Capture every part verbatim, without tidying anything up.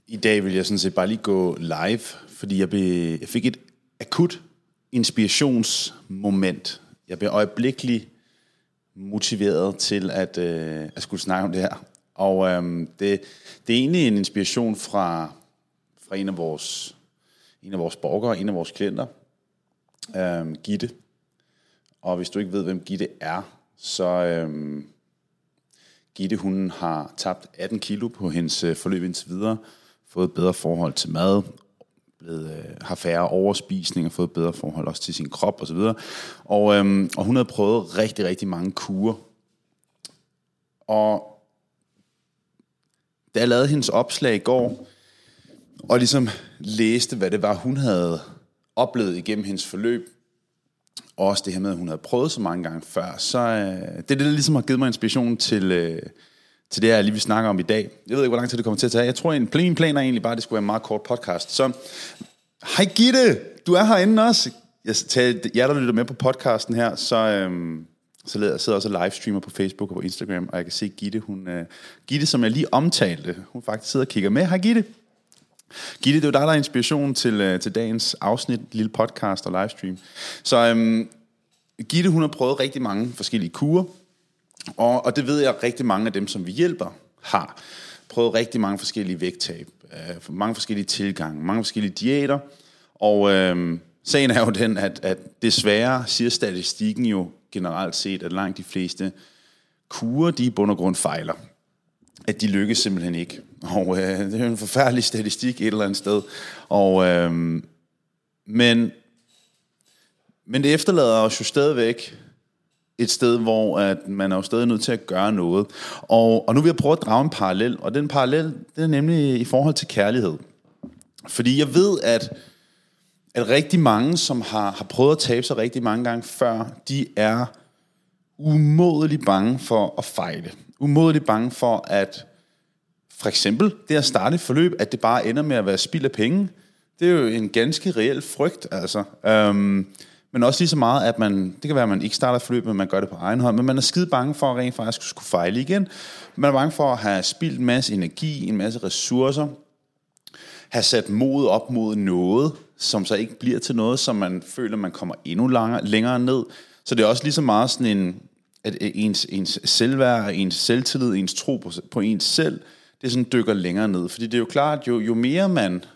I dag vil jeg sådan set bare lige gå live, fordi jeg, be, jeg fik et akut inspirationsmoment. Jeg blev øjeblikkeligt motiveret til at, øh, at skulle snakke om det her. Og øhm, det, det er egentlig en inspiration fra, fra en af vores, en af vores borgere, en af vores klienter, øhm, Gitte. Og hvis du ikke ved, hvem Gitte er, så øhm, Gitte, hun har tabt atten kilo på hendes øh, forløb indtil videre, fået bedre forhold til mad, blevet, øh, har færre overspisning og fået bedre forhold også til sin krop osv. Og, øhm, og hun havde prøvet rigtig, rigtig mange kurer. Og da jeg lavede hendes opslag i går, og ligesom læste, hvad det var, hun havde oplevet igennem hendes forløb, og også det her med, at hun havde prøvet så mange gange før, så øh, det er det, der ligesom har givet mig inspiration til, øh, til det, jeg lige vil snakke om i dag. Jeg ved ikke, hvor lang tid det kommer til at tage. Jeg tror, en plan, plan er egentlig bare, at det skulle være en meget kort podcast. Så, hej Gitte, du er herinde også. Jeg tager jer, der lytter med på podcasten her, så, øh, så jeg sidder også og livestreamer på Facebook og på Instagram, og jeg kan se Gitte, hun, øh, Gitte, som jeg lige omtalte, hun faktisk sidder og kigger med. Hej Gitte. Gitte, det er jo dig, der er inspiration til, til dagens afsnit, lille podcast og livestream. Så øhm, Gitte, hun har prøvet rigtig mange forskellige kurer, og, og det ved jeg, rigtig mange af dem, som vi hjælper, har prøvet rigtig mange forskellige vægttab, øh, mange forskellige tilgange, mange forskellige diæter, og øh, sagen er jo den, at, at desværre siger statistikken jo generelt set, at langt de fleste kurer, de i bund og grund fejler. At de lykkes simpelthen ikke. Og øh, det er jo en forfærdelig statistik et eller andet sted. Og, øh, men, men det efterlader os jo stadigvæk et sted, hvor at man er jo stadig nødt til at gøre noget. Og, og nu vil jeg prøve at drage en parallel. Og den parallel, det er nemlig i forhold til kærlighed. Fordi jeg ved, at, at rigtig mange, som har, har prøvet at tabe sig rigtig mange gange før, de er umådeligt bange for at fejle. Umådeligt bange for, at for eksempel det at starte et forløb, at det bare ender med at være spild af penge. Det er jo en ganske reel frygt, altså. Øhm, men også lige så meget, at man, det kan være, at man ikke starter et forløb, men man gør det på egen hånd, men man er skide bange for at rent faktisk skulle fejle igen. Man er bange for at have spildt en masse energi, en masse ressourcer, have sat mod op mod noget, som så ikke bliver til noget, som man føler, man kommer endnu længere, længere ned. Så det er også lige så meget sådan en, at ens, ens selvværd, ens selvtillid, ens tro på, på ens selv, det sådan dykker længere ned. Fordi det er jo klart, jo, jo mere man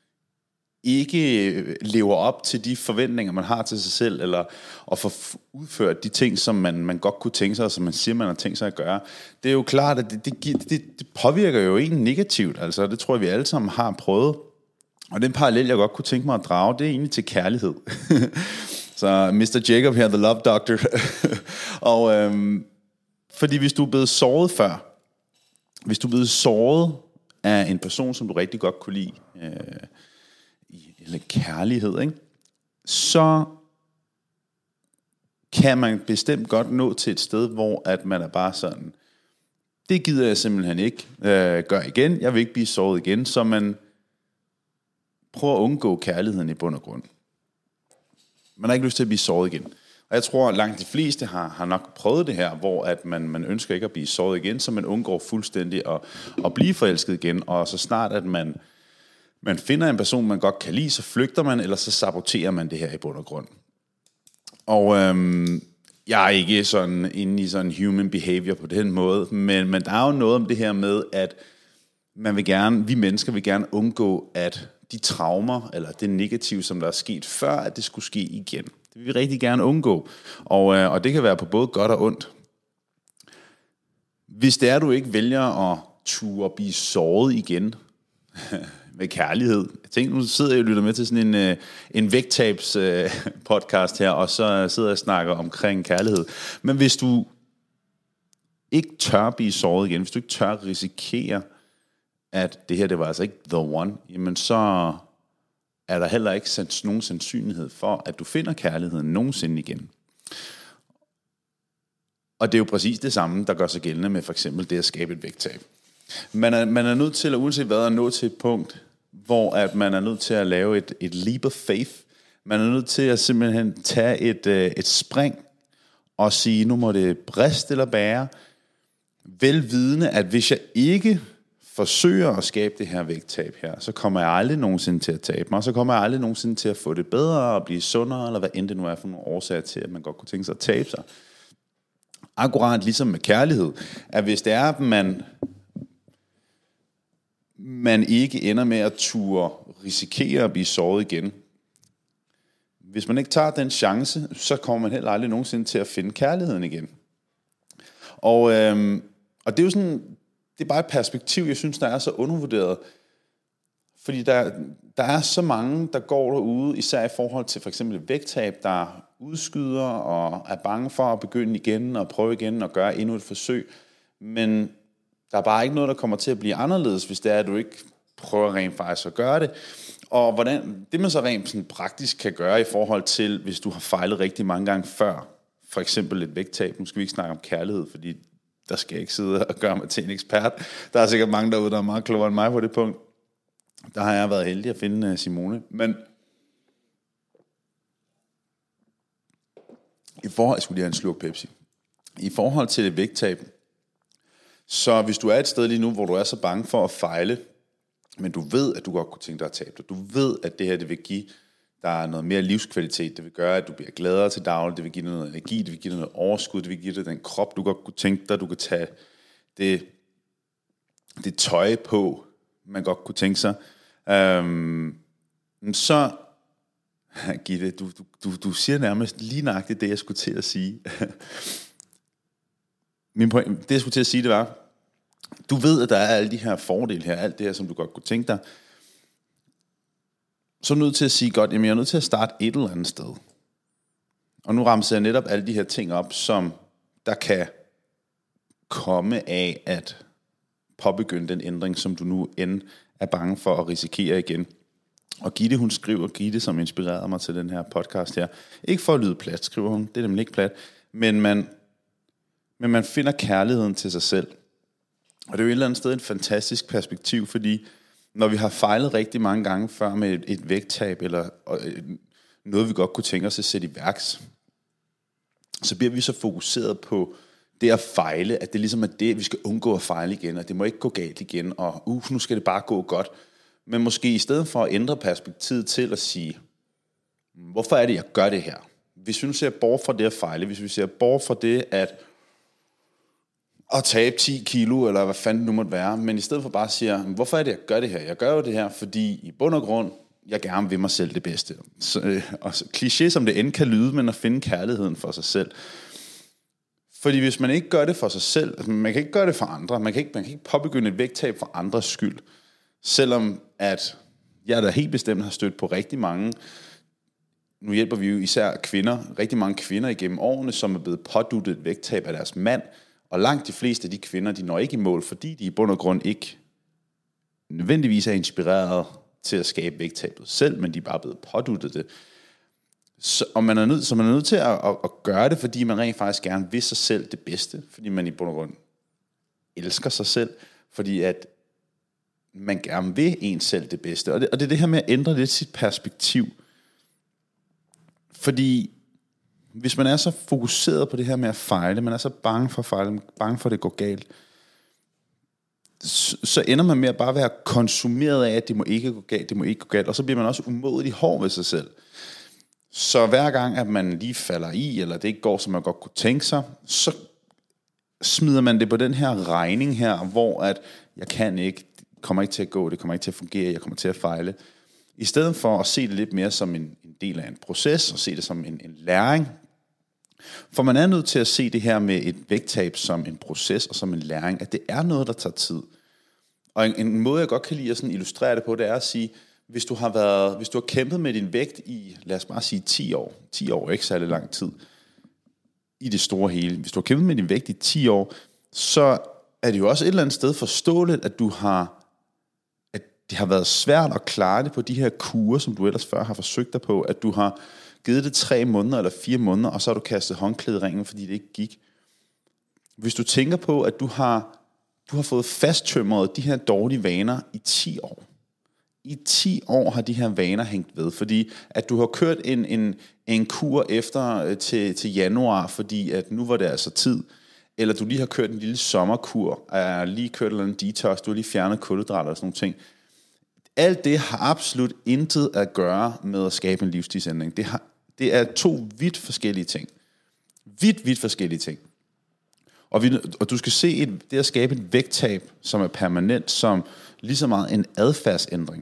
ikke lever op til de forventninger, man har til sig selv, eller at få udført de ting, som man, man godt kunne tænke sig, og som man siger, man har tænkt sig at gøre, det er jo klart, at det, det, det, det påvirker jo en negativt. Altså, det tror jeg, vi alle sammen har prøvet. Og den parallel, jeg godt kunne tænke mig at drage, det er egentlig til kærlighed. Så mister Jacob her, the love doctor. og øhm, fordi hvis du er blevet såret før, hvis du er blevet såret af en person, som du rigtig godt kunne lide, øh, eller kærlighed, ikke? Så kan man bestemt godt nå til et sted, hvor at man er bare sådan, det gider jeg simpelthen ikke øh, gøre igen, jeg vil ikke blive såret igen, så man prøver at undgå kærligheden i bund og grund. Man har ikke lyst til at blive såret igen. Og jeg tror, at langt de fleste har, har nok prøvet det her, hvor at man, man ønsker ikke at blive såret igen, så man undgår fuldstændig at, at blive forelsket igen. Og så snart, at man, man finder en person, man godt kan lide, så flygter man, eller så saboterer man det her i bund og grund. Og øhm, jeg er ikke sådan inde i sådan human behavior på den måde, men, men der er jo noget om det her med, at man vil gerne, vi mennesker vil gerne undgå, at de traumer, eller det negative, som der er sket før, at det skulle ske igen. Det vil vi rigtig gerne undgå. Og, øh, og det kan være på både godt og ondt. Hvis det er, du ikke vælger at ture blive såret igen med kærlighed. Jeg tænker, nu sidder jeg og lytter med til sådan en, øh, en vægttabs øh, podcast her, og så sidder jeg og snakker omkring kærlighed. Men hvis du ikke tør blive såret igen, hvis du ikke tør risikere, at det her, det var altså ikke the one, jamen så er der heller ikke nogen sandsynlighed for, at du finder kærligheden nogensinde igen. Og det er jo præcis det samme, der gør sig gældende med for eksempel det at skabe et vægttab. Man er, man er nødt til, at uanset hvad, at nå til et punkt, hvor at man er nødt til at lave et, et leap of faith. Man er nødt til at simpelthen tage et, et spring og sige, nu må det briste eller bære, velvidende, at hvis jeg ikke forsøger at skabe det her vægttab her, så kommer jeg aldrig nogensinde til at tabe mig, og så kommer jeg aldrig nogensinde til at få det bedre og blive sundere, eller hvad end det nu er for nogle årsager til, at man godt kunne tænke sig at tabe sig. Akkurat ligesom med kærlighed, at hvis det er, at man, man ikke ender med at ture risikere at blive såret igen, hvis man ikke tager den chance, så kommer man heller aldrig nogensinde til at finde kærligheden igen. Og, øhm, og det er jo sådan, det er bare et perspektiv, jeg synes, der er så undervurderet. Fordi der, der er så mange, der går derude, især i forhold til for eksempel vægttab, der udskyder og er bange for at begynde igen og prøve igen og gøre endnu et forsøg. Men der er bare ikke noget, der kommer til at blive anderledes, hvis det er, at du ikke prøver rent faktisk at gøre det. Og hvordan, det man så rent sådan praktisk kan gøre i forhold til, hvis du har fejlet rigtig mange gange før, for eksempel et vægttab, nu skal vi ikke snakke om kærlighed, fordi der skal jeg ikke sidde og gøre mig til en ekspert. Der er sikkert mange derude, der er meget klogere end mig på det punkt. Der har jeg været heldig at finde Simone. Men i forhold, jeg skulle lige have en slurk Pepsi. I forhold til et vægttab, så hvis du er et sted lige nu, hvor du er så bange for at fejle, men du ved, at du godt kunne tænke dig at tabe dig. Du ved, at det her det vil give dig noget mere livskvalitet. Det vil gøre, at du bliver gladere til daglig. Det vil give dig noget energi. Det vil give dig noget overskud. Det vil give dig den krop, du godt kunne tænke dig. Du kan tage det, det tøj på, man godt kunne tænke sig. Øhm, så, Gitte, du, du, du, du siger nærmest lige nøjagtigt det, jeg skulle til at sige. Min point, det, jeg skulle til at sige, det var, du ved, at der er alle de her fordele her, alt det her, som du godt kunne tænke dig, så er du nødt til at sige, godt, jamen jeg er nødt til at starte et eller andet sted. Og nu ramser jeg netop alle de her ting op, som der kan komme af at påbegynde den ændring, som du nu end er bange for at risikere igen. Og Gitte, hun skriver, Gitte, som inspirerede mig til den her podcast her, ikke for at lyde plat, skriver hun, det er nemlig ikke plat, men man, men man finder kærligheden til sig selv. Og det er jo et eller andet sted et fantastisk perspektiv, fordi når vi har fejlet rigtig mange gange før med et, et vægttab, eller noget vi godt kunne tænke os at sætte i værks, så bliver vi så fokuseret på det at fejle, at det ligesom er det, vi skal undgå at fejle igen, og det må ikke gå galt igen, og uh, nu skal det bare gå godt. Men måske i stedet for at ændre perspektivet til at sige, hvorfor er det, jeg gør det her? Hvis vi ser bort fra det at fejle, hvis vi ser bort fra det at at tabe ti kilo, eller hvad fanden nu måtte være, men i stedet for bare siger, hvorfor er det, jeg gør det her? Jeg gør jo det her, fordi i bund og grund, jeg gerne vil mig selv det bedste. Så, øh, og så, kliché som det end kan lyde, men at finde kærligheden for sig selv. Fordi hvis man ikke gør det for sig selv, altså man kan ikke gøre det for andre, man kan ikke, man kan ikke påbegynde et vægttab for andres skyld, selvom at jeg da helt bestemt har stødt på rigtig mange, nu hjælper vi jo især kvinder, rigtig mange kvinder igennem årene, som er blevet påduttet et vægttab af deres mand, og langt de fleste af de kvinder, de når ikke i mål, fordi de i bund og grund ikke nødvendigvis er inspireret til at skabe vægttabet selv, men de er bare blevet påduttet det. Så, og man er nødt, så man er nødt til at, at, at gøre det, fordi man rent faktisk gerne vil sig selv det bedste, fordi man i bund og grund elsker sig selv, fordi at man gerne vil en selv det bedste. Og det, og det er det her med at ændre lidt sit perspektiv. Fordi hvis man er så fokuseret på det her med at fejle, man er så bange for at fejle, bange for at det går galt, så, så ender man med at bare være konsumeret af, at det må ikke gå galt, det må ikke gå galt, og så bliver man også umådelig hård ved sig selv. Så hver gang, at man lige falder i, eller det ikke går, som man godt kunne tænke sig, så smider man det på den her regning her, hvor at jeg kan ikke, det kommer ikke til at gå, det kommer ikke til at fungere, jeg kommer til at fejle. I stedet for at se det lidt mere som en, en del af en proces, og se det som en, en læring. For man er nødt til at se det her med et vægttab som en proces, og som en læring, at det er noget, der tager tid. Og en, en måde, jeg godt kan lide at sådan illustrere det på, det er at sige, hvis du har været, hvis du har kæmpet med din vægt i, lad os bare sige ti år, ti år er ikke særlig lang tid, i det store hele. Hvis du har kæmpet med din vægt i ti år, så er det jo også et eller andet sted forståeligt, at du har, at det har været svært at klare det på de her kurer, som du ellers før har forsøgt dig på, at du har givet det tre måneder eller fire måneder, og så har du kastet håndklædet i ringen, fordi det ikke gik. Hvis du tænker på, at du har, du har fået fasttømret de her dårlige vaner i ti år. I ti år har de her vaner hængt ved, fordi at du har kørt en, en, en kur efter til, til januar, fordi at nu var det altså tid, eller du lige har kørt en lille sommerkur, er lige kørt eller en detox, du har lige fjernet kulhydrater og sådan nogle ting. Alt det har absolut intet at gøre med at skabe en livsstilsændring. Det, har, det er to vidt forskellige ting. Vidt, vidt forskellige ting. Og, vi, og du skal se et, det at skabe et vægttab, som er permanent, som lige så meget en adfærdsændring.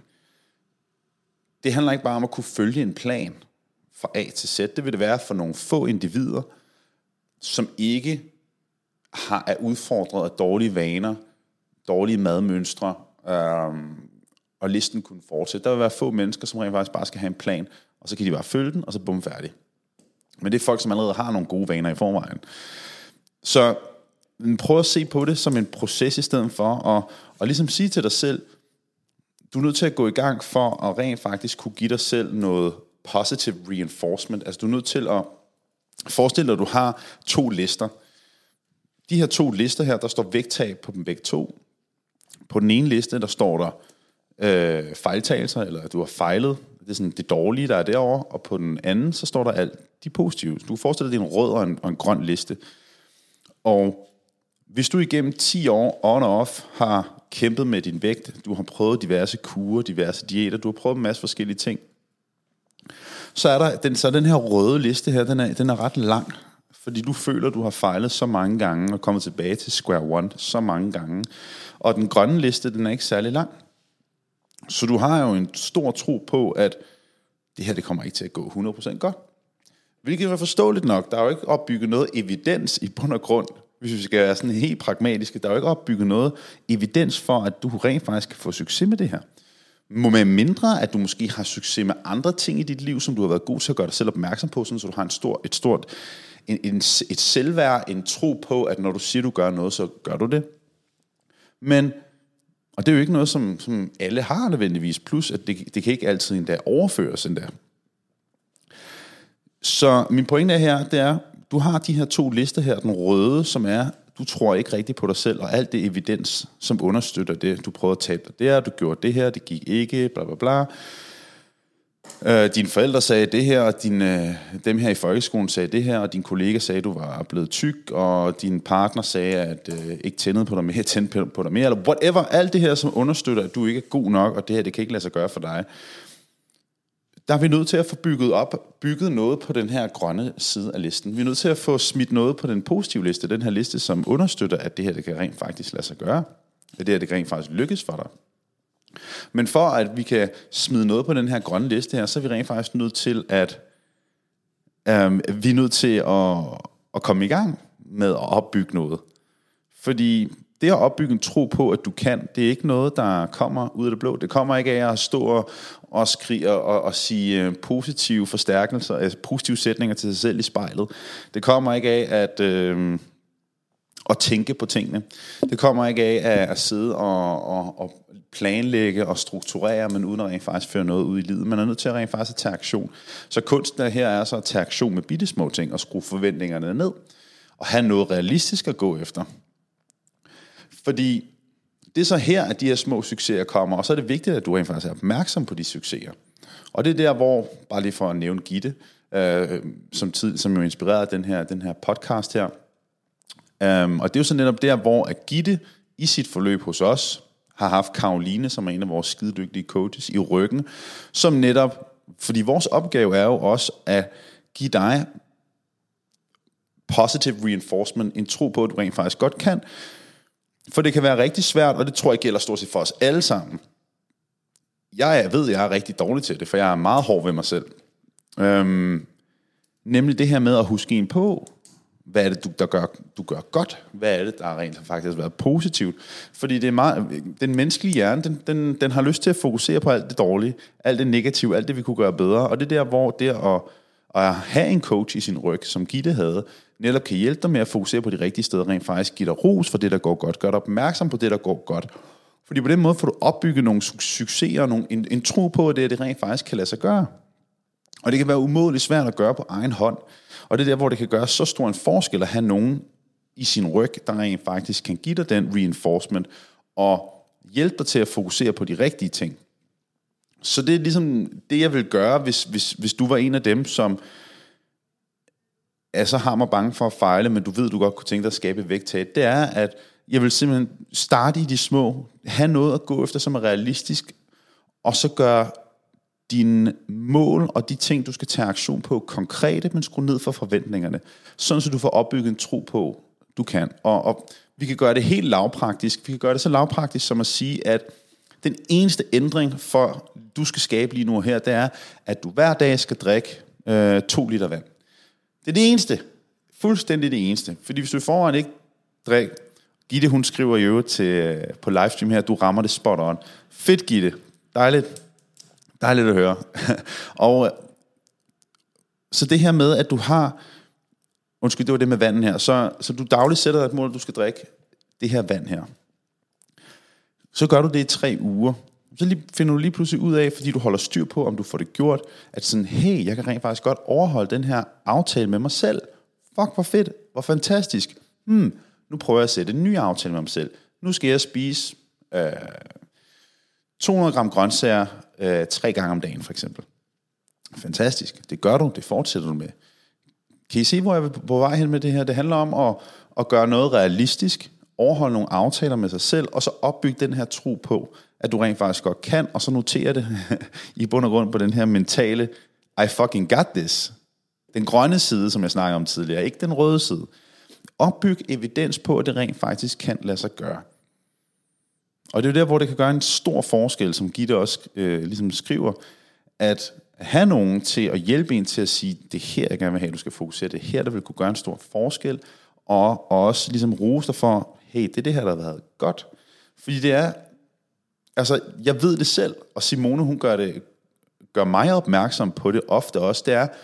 Det handler ikke bare om at kunne følge en plan fra A til Z. Det vil det være for nogle få individer, som ikke har, er udfordret af dårlige vaner, dårlige madmønstre, øhm, og listen kunne fortsætte. Der vil være få mennesker, som rent faktisk bare skal have en plan, og så kan de bare følge den, og så bum færdig. Men det er folk, som allerede har nogle gode vaner i forvejen. Så prøv at se på det som en proces i stedet for, og, og ligesom sige til dig selv, du er nødt til at gå i gang for at rent faktisk kunne give dig selv noget positive reinforcement. Altså du er nødt til at forestille dig, at du har to lister. De her to lister her, der står vægttab på dem begge to. På den ene liste, der står der øh, fejltagelser, eller at du har fejlet. Det er sådan det dårlige, der er derovre. Og på den anden, så står der alt de positive. Du kan forestille dig, det er en rød og en, og en grøn liste. Og hvis du igennem ti år on og off har kæmpet med din vægt, du har prøvet diverse kurer, diverse diæter, du har prøvet en masse forskellige ting, så er der den, så er den her røde liste her, den er, den er ret lang, fordi du føler, du har fejlet så mange gange og kommet tilbage til square one så mange gange. Og den grønne liste, den er ikke særlig lang. Så du har jo en stor tro på, at det her, det kommer ikke til at gå hundrede procent godt. Hvilket er forståeligt nok. Der er jo ikke opbygget noget evidens i bund og grund, hvis vi skal være sådan helt pragmatiske. Der er jo ikke opbygget noget evidens for, at du rent faktisk kan få succes med det her. Med mindre, at du måske har succes med andre ting i dit liv, som du har været god til at gøre dig selv opmærksom på, sådan, så du har en stor, et stort en, en, et selvværd, en tro på, at når du siger, du gør noget, så gør du det. Men, og det er jo ikke noget, som, som alle har nødvendigvis, plus at det, det kan ikke altid endda overføres endda. Så min pointe her, det er, du har de her to lister her, den røde, som er, du tror ikke rigtigt på dig selv, og alt det evidens, som understøtter det. Du prøvede at tabe dig der, du gjorde det her, det gik ikke, bla bla bla. Øh, dine forældre sagde det her, og dine, dem her i folkeskolen sagde det her, og din kollega sagde, at du var blevet tyk, og din partner sagde, at øh, ikke tændede på dig mere, tændte på dig mere, eller whatever. Alt det her, som understøtter, at du ikke er god nok, og det her, det kan ikke lade sig gøre for dig. Der er vi nødt til at få bygget op, bygget noget på den her grønne side af listen. Vi er nødt til at få smidt noget på den positive liste, den her liste, som understøtter, at det her, det kan rent faktisk lade sig gøre. At det her, det kan rent faktisk lykkes for dig. Men for at vi kan smide noget på den her grønne liste her, så er vi rent faktisk nødt til at, øhm, vi er nødt til at, at komme i gang med at opbygge noget. Fordi det at opbygge en tro på, at du kan, det er ikke noget, der kommer ud af det blå. Det kommer ikke af at stå og, og skrige og, og sige positive forstærkelser, altså positive sætninger til sig selv i spejlet. Det kommer ikke af at, øh, at tænke på tingene. Det kommer ikke af at, at sidde og, og, og planlægge og strukturere, men uden at rent faktisk føre noget ud i livet. Man er nødt til at rent faktisk at tage aktion. Så kunsten her er så at tage aktion med bittesmå ting og skrue forventningerne ned og have noget realistisk at gå efter. Fordi det er så her, at de her små succeser kommer, og så er det vigtigt, at du rent faktisk er opmærksom på de succeser. Og det er der, hvor, bare lige for at nævne Gitte, øh, som, tid, som jo inspirerede den her, den her podcast her, um, og det er jo så netop der, hvor at Gitte i sit forløb hos os, har haft Karoline, som er en af vores skidedygtige coaches, i ryggen, som netop, fordi vores opgave er jo også at give dig positive reinforcement, en tro på, at du rent faktisk godt kan. For det kan være rigtig svært, og det tror jeg gælder stort set for os alle sammen. Jeg ved, jeg er rigtig dårlig til det, for jeg er meget hård ved mig selv. Øhm, nemlig det her med at huske en på, hvad er det, du, der gør, du gør godt? Hvad er det, der rent faktisk har været positivt? Fordi det er meget, den menneskelige hjerne, den, den, den har lyst til at fokusere på alt det dårlige, alt det negative, alt det, vi kunne gøre bedre. Og det er der, hvor det at, at have en coach i sin ryg, som Gitte havde, netop kan hjælpe dig med at fokusere på de rigtige steder, rent faktisk give dig ros for det, der går godt. Gør dig opmærksom på det, der går godt. Fordi på den måde får du opbygget nogle succeser, nogle, en, en tro på, at det, det rent faktisk kan lade sig gøre. Og det kan være umådeligt svært at gøre på egen hånd. Og det er der, hvor det kan gøre så stor en forskel at have nogen i sin ryg, der rent faktisk kan give dig den reinforcement og hjælpe dig til at fokusere på de rigtige ting. Så det er ligesom det, jeg vil gøre, hvis, hvis, hvis du var en af dem, som er så hammer bange for at fejle, men du ved, du godt kunne tænke dig at skabe et vægttab, det er, at jeg vil simpelthen starte i de små, have noget at gå efter, som er realistisk, og så gøre dine mål og de ting, du skal tage aktion på, konkrete, men skru ned for forventningerne, sådan så du får opbygget en tro på, du kan. Og, og vi kan gøre det helt lavpraktisk. Vi kan gøre det så lavpraktisk som at sige, at den eneste ændring, for du skal skabe lige nu her, det er, at du hver dag skal drikke øh, to liter vand. Det er det eneste. Fuldstændig det eneste. Fordi hvis du i forvejen ikke drikker, Gitte, hun skriver jo til på livestream her, du rammer det spot on. Fedt, Gitte. Dejligt. Dejligt at høre. Og så det her med, at du har, undskyld, det var det med vandet her, så, så du dagligt sætter dig et mål, at du skal drikke det her vand her. Så gør du det i tre uger. Så lige, finder du lige pludselig ud af, fordi du holder styr på, om du får det gjort, at sådan, hey, jeg kan rent faktisk godt overholde den her aftale med mig selv. Fuck, hvor fedt, hvor fantastisk. Hmm, nu prøver jeg at sætte en ny aftale med mig selv. Nu skal jeg spise øh, to hundrede gram grøntsager øh, tre gange om dagen, for eksempel. Fantastisk. Det gør du, det fortsætter du med. Kan I se, hvor jeg er på vej hen med det her? Det handler om at, at gøre noget realistisk, overholde nogle aftaler med sig selv, og så opbygge den her tro på, at du rent faktisk godt kan, og så notere det i bund og grund på den her mentale, I fucking got this. Den grønne side, som jeg snakkede om tidligere, ikke den røde side. Opbyg evidens på, at det rent faktisk kan lade sig gøre. Og det er jo der, hvor det kan gøre en stor forskel, som Gitte også øh, ligesom skriver, at have nogen til at hjælpe en til at sige, det er her, jeg gerne vil have, du skal fokusere, det er her, der vil kunne gøre en stor forskel, og, og også ligesom rose dig for, hey, det er det her, der har været godt. Fordi det er, altså, jeg ved det selv, og Simone, hun gør det, gør mig opmærksom på det ofte også, det er,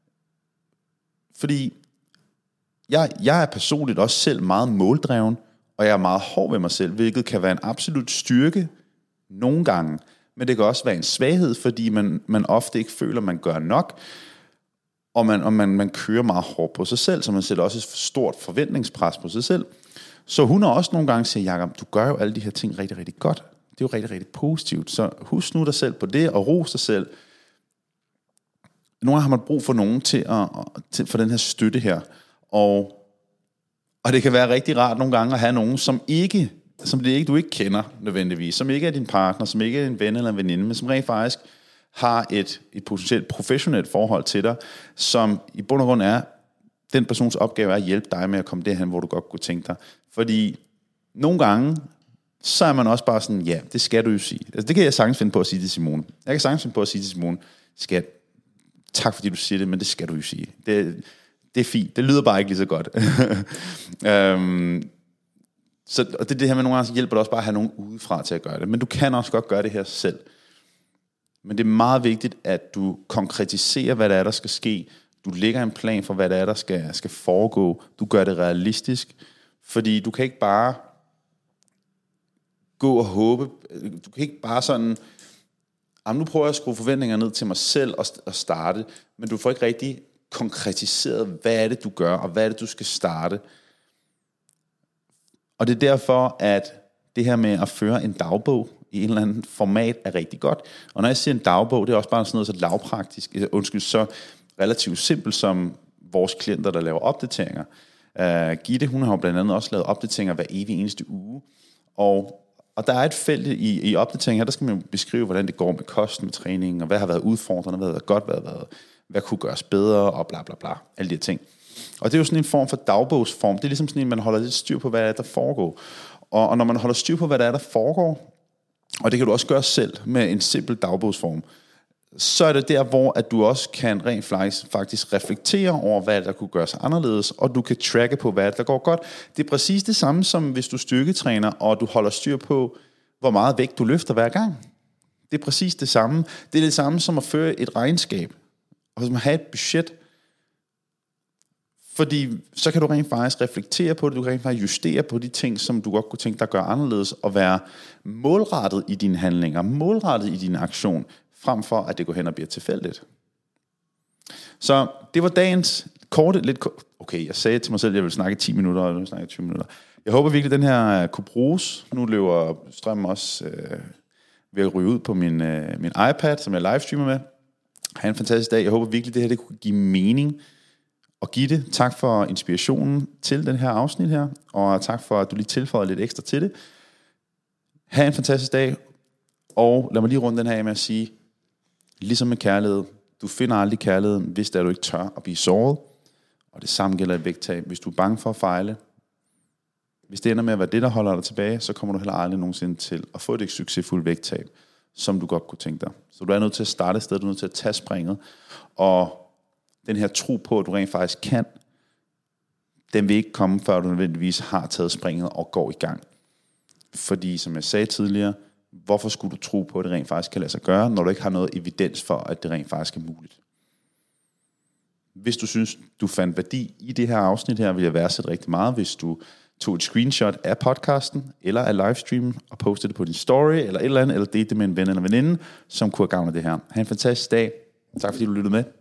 fordi jeg, jeg er personligt også selv meget måldreven, og jeg er meget hård ved mig selv, hvilket kan være en absolut styrke nogle gange, men det kan også være en svaghed, fordi man, man ofte ikke føler, man gør nok, og man, og man, man kører meget hårdt på sig selv, så man sætter også et stort forventningspres på sig selv. Så hun har også nogle gange sagt, Jacob, du gør jo alle de her ting rigtig, rigtig godt. Det er jo rigtig, rigtig positivt. Så husk nu dig selv på det, og ros dig selv. Nogle gange har man brug for nogen til at, til, for den her støtte her. Og, og det kan være rigtig rart nogle gange at have nogen, som ikke, som det ikke, du ikke kender nødvendigvis, som ikke er din partner, som ikke er din ven eller en veninde, men som rent faktisk har et, et potentielt professionelt forhold til dig, som i bund og grund er, den persons opgave er at hjælpe dig med at komme derhen, hvor du godt kunne tænke dig. Fordi nogle gange, så er man også bare sådan, ja, det skal du jo sige. Altså, det kan jeg sagtens finde på at sige til Simone. Jeg kan sagtens finde på at sige til Simone, skat, tak fordi du siger det, men det skal du jo sige. Det, det er fint. Det lyder bare ikke lige så godt. um, så, og det er det her med, nogle gange så hjælper det også bare at have nogen udefra til at gøre det. Men du kan også godt gøre det her selv. Men det er meget vigtigt, at du konkretiserer, hvad der er, der skal ske. Du lægger en plan for, hvad der er, der skal, skal foregå. Du gør det realistisk. Fordi du kan ikke bare gå og håbe. Du kan ikke bare sådan, jamen nu prøver jeg at skrue forventninger ned til mig selv og, og starte. Men du får ikke rigtig konkretiseret, hvad er det, du gør, og hvad er det, du skal starte. Og det er derfor, at det her med at føre en dagbog i en eller anden format er rigtig godt. Og når jeg siger en dagbog, det er også bare sådan noget så lavpraktisk, undskyld, så relativt simpelt som vores klienter, der laver opdateringer. Uh, Gitte, hun har jo blandt andet også lavet opdateringer hver evig eneste uge. Og, og der er et felt i, i opdateringer her, der skal man beskrive, hvordan det går med kosten, med træningen, og hvad har været udfordrende, hvad har været godt, hvad har været, hvad kunne gøres bedre, og bla bla bla, alle de her ting. Og det er jo sådan en form for dagbogsform. Det er ligesom sådan en, man holder lidt styr på, hvad der, er, der foregår. Og, og når man holder styr på, hvad der er, der foregår, og det kan du også gøre selv med en simpel dagbogsform, så er det der, hvor at du også kan rent faktisk reflektere over, hvad der kunne gøres anderledes, og du kan tracke på, hvad der går godt. Det er præcis det samme, som hvis du styrketræner, og du holder styr på, hvor meget vægt du løfter hver gang. Det er præcis det samme. Det er det samme som at føre et regnskab, og som at have et budget. Fordi så kan du rent faktisk reflektere på det, du kan rent faktisk justere på de ting, som du godt kunne tænke dig at gøre anderledes, og være målrettet i dine handlinger, målrettet i din aktion, frem for at det går hen og bliver tilfældigt. Så det var dagens korte, lidt kort. Okay, jeg sagde til mig selv, at jeg ville snakke ti minutter, og nu snakker jeg tyve minutter. Jeg håber virkelig, at den her kunne bruges. Nu løber strømmen også øh, ved at ryge ud på min, øh, min iPad, som jeg livestreamer med. Ha' en fantastisk dag. Jeg håber virkelig, at det her det kunne give mening. Og Gitte, tak for inspirationen til den her afsnit her, og tak for, at du lige tilføjede lidt ekstra til det. Ha' en fantastisk dag, og lad mig lige runde den her af med at sige, ligesom med kærlighed, du finder aldrig kærligheden, hvis der du ikke tør at blive såret, og det samme gælder et vægttab. Hvis du er bange for at fejle, hvis det ender med at være det, der holder dig tilbage, så kommer du heller aldrig nogensinde til at få et succesfuldt vægttab, som du godt kunne tænke dig. Så du er nødt til at starte et sted, du er nødt til at tage springet, og den her tro på, at du rent faktisk kan, den vil ikke komme, før du nødvendigvis har taget springet og går i gang. Fordi, som jeg sagde tidligere, hvorfor skulle du tro på, at det rent faktisk kan lade sig gøre, når du ikke har noget evidens for, at det rent faktisk er muligt? Hvis du synes, du fandt værdi i det her afsnit her, vil jeg værdsætte rigtig meget, hvis du tog et screenshot af podcasten, eller af livestreamen, og postede det på din story, eller et eller andet, eller delte det med en ven eller veninde, som kunne have gavn af det her. Ha' en fantastisk dag. Tak fordi du lyttede med.